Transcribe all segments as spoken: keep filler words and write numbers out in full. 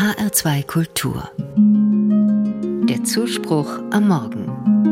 H R zwei Kultur. Der Zuspruch am Morgen.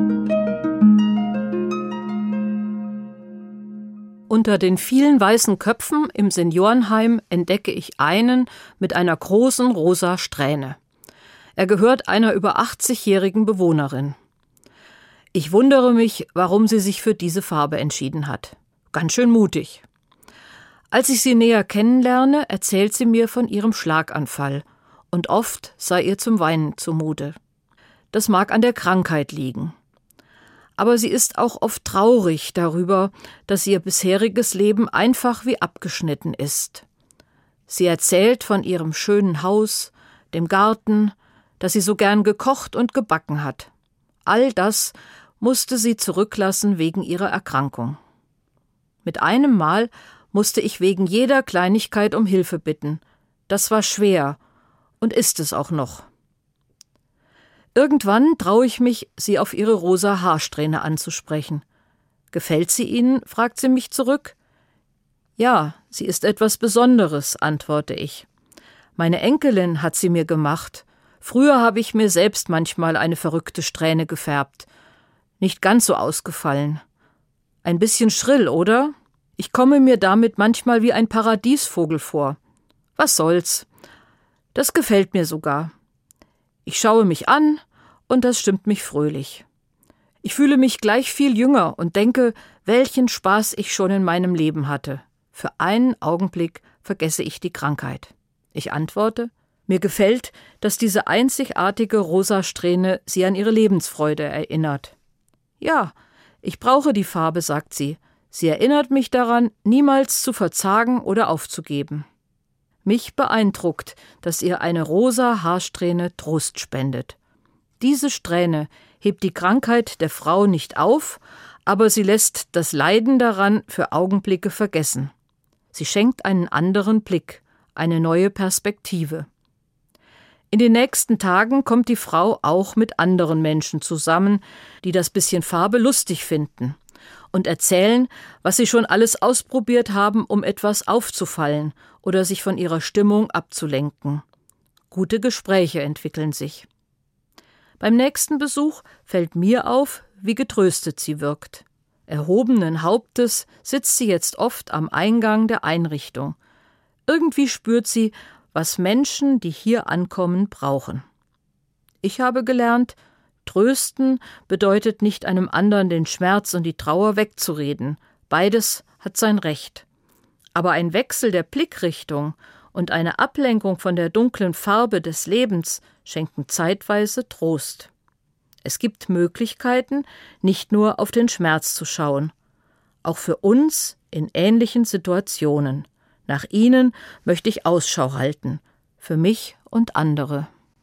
Unter den vielen weißen Köpfen im Seniorenheim entdecke ich einen mit einer großen rosa Strähne. Er gehört einer über achtzigjährigen Bewohnerin. Ich wundere mich, warum sie sich für diese Farbe entschieden hat. Ganz schön mutig. Als ich sie näher kennenlerne, erzählt sie mir von ihrem Schlaganfall und oft sei ihr zum Weinen zumute. Das mag an der Krankheit liegen. Aber sie ist auch oft traurig darüber, dass ihr bisheriges Leben einfach wie abgeschnitten ist. Sie erzählt von ihrem schönen Haus, dem Garten, das sie so gern gekocht und gebacken hat. All das musste sie zurücklassen wegen ihrer Erkrankung. Mit einem Mal musste ich wegen jeder Kleinigkeit um Hilfe bitten. Das war schwer und ist es auch noch. Irgendwann traue ich mich, sie auf ihre rosa Haarsträhne anzusprechen. »Gefällt sie Ihnen?« fragt sie mich zurück. »Ja, sie ist etwas Besonderes«, antworte ich. »Meine Enkelin hat sie mir gemacht. Früher habe ich mir selbst manchmal eine verrückte Strähne gefärbt. Nicht ganz so ausgefallen. Ein bisschen schrill, oder? Ich komme mir damit manchmal wie ein Paradiesvogel vor. Was soll's? Das gefällt mir sogar. Ich schaue mich an und das stimmt mich fröhlich. Ich fühle mich gleich viel jünger und denke, welchen Spaß ich schon in meinem Leben hatte. Für einen Augenblick vergesse ich die Krankheit. Ich antworte, mir gefällt, dass diese einzigartige rosa Strähne sie an ihre Lebensfreude erinnert. Ja, ich brauche die Farbe, sagt sie. Sie erinnert mich daran, niemals zu verzagen oder aufzugeben. Mich beeindruckt, dass ihr eine rosa Haarsträhne Trost spendet. Diese Strähne hebt die Krankheit der Frau nicht auf, aber sie lässt das Leiden daran für Augenblicke vergessen. Sie schenkt einen anderen Blick, eine neue Perspektive. In den nächsten Tagen kommt die Frau auch mit anderen Menschen zusammen, die das bisschen Farbe lustig finden und erzählen, was sie schon alles ausprobiert haben, um etwas aufzufallen oder sich von ihrer Stimmung abzulenken. Gute Gespräche entwickeln sich. Beim nächsten Besuch fällt mir auf, wie getröstet sie wirkt. Erhobenen Hauptes sitzt sie jetzt oft am Eingang der Einrichtung. Irgendwie spürt sie, was Menschen, die hier ankommen, brauchen. Ich habe gelernt, trösten bedeutet nicht einem anderen den Schmerz und die Trauer wegzureden. Beides hat sein Recht. Aber ein Wechsel der Blickrichtung und eine Ablenkung von der dunklen Farbe des Lebens schenken zeitweise Trost. Es gibt Möglichkeiten, nicht nur auf den Schmerz zu schauen. Auch für uns in ähnlichen Situationen. Nach ihnen möchte ich Ausschau halten. Für mich und andere.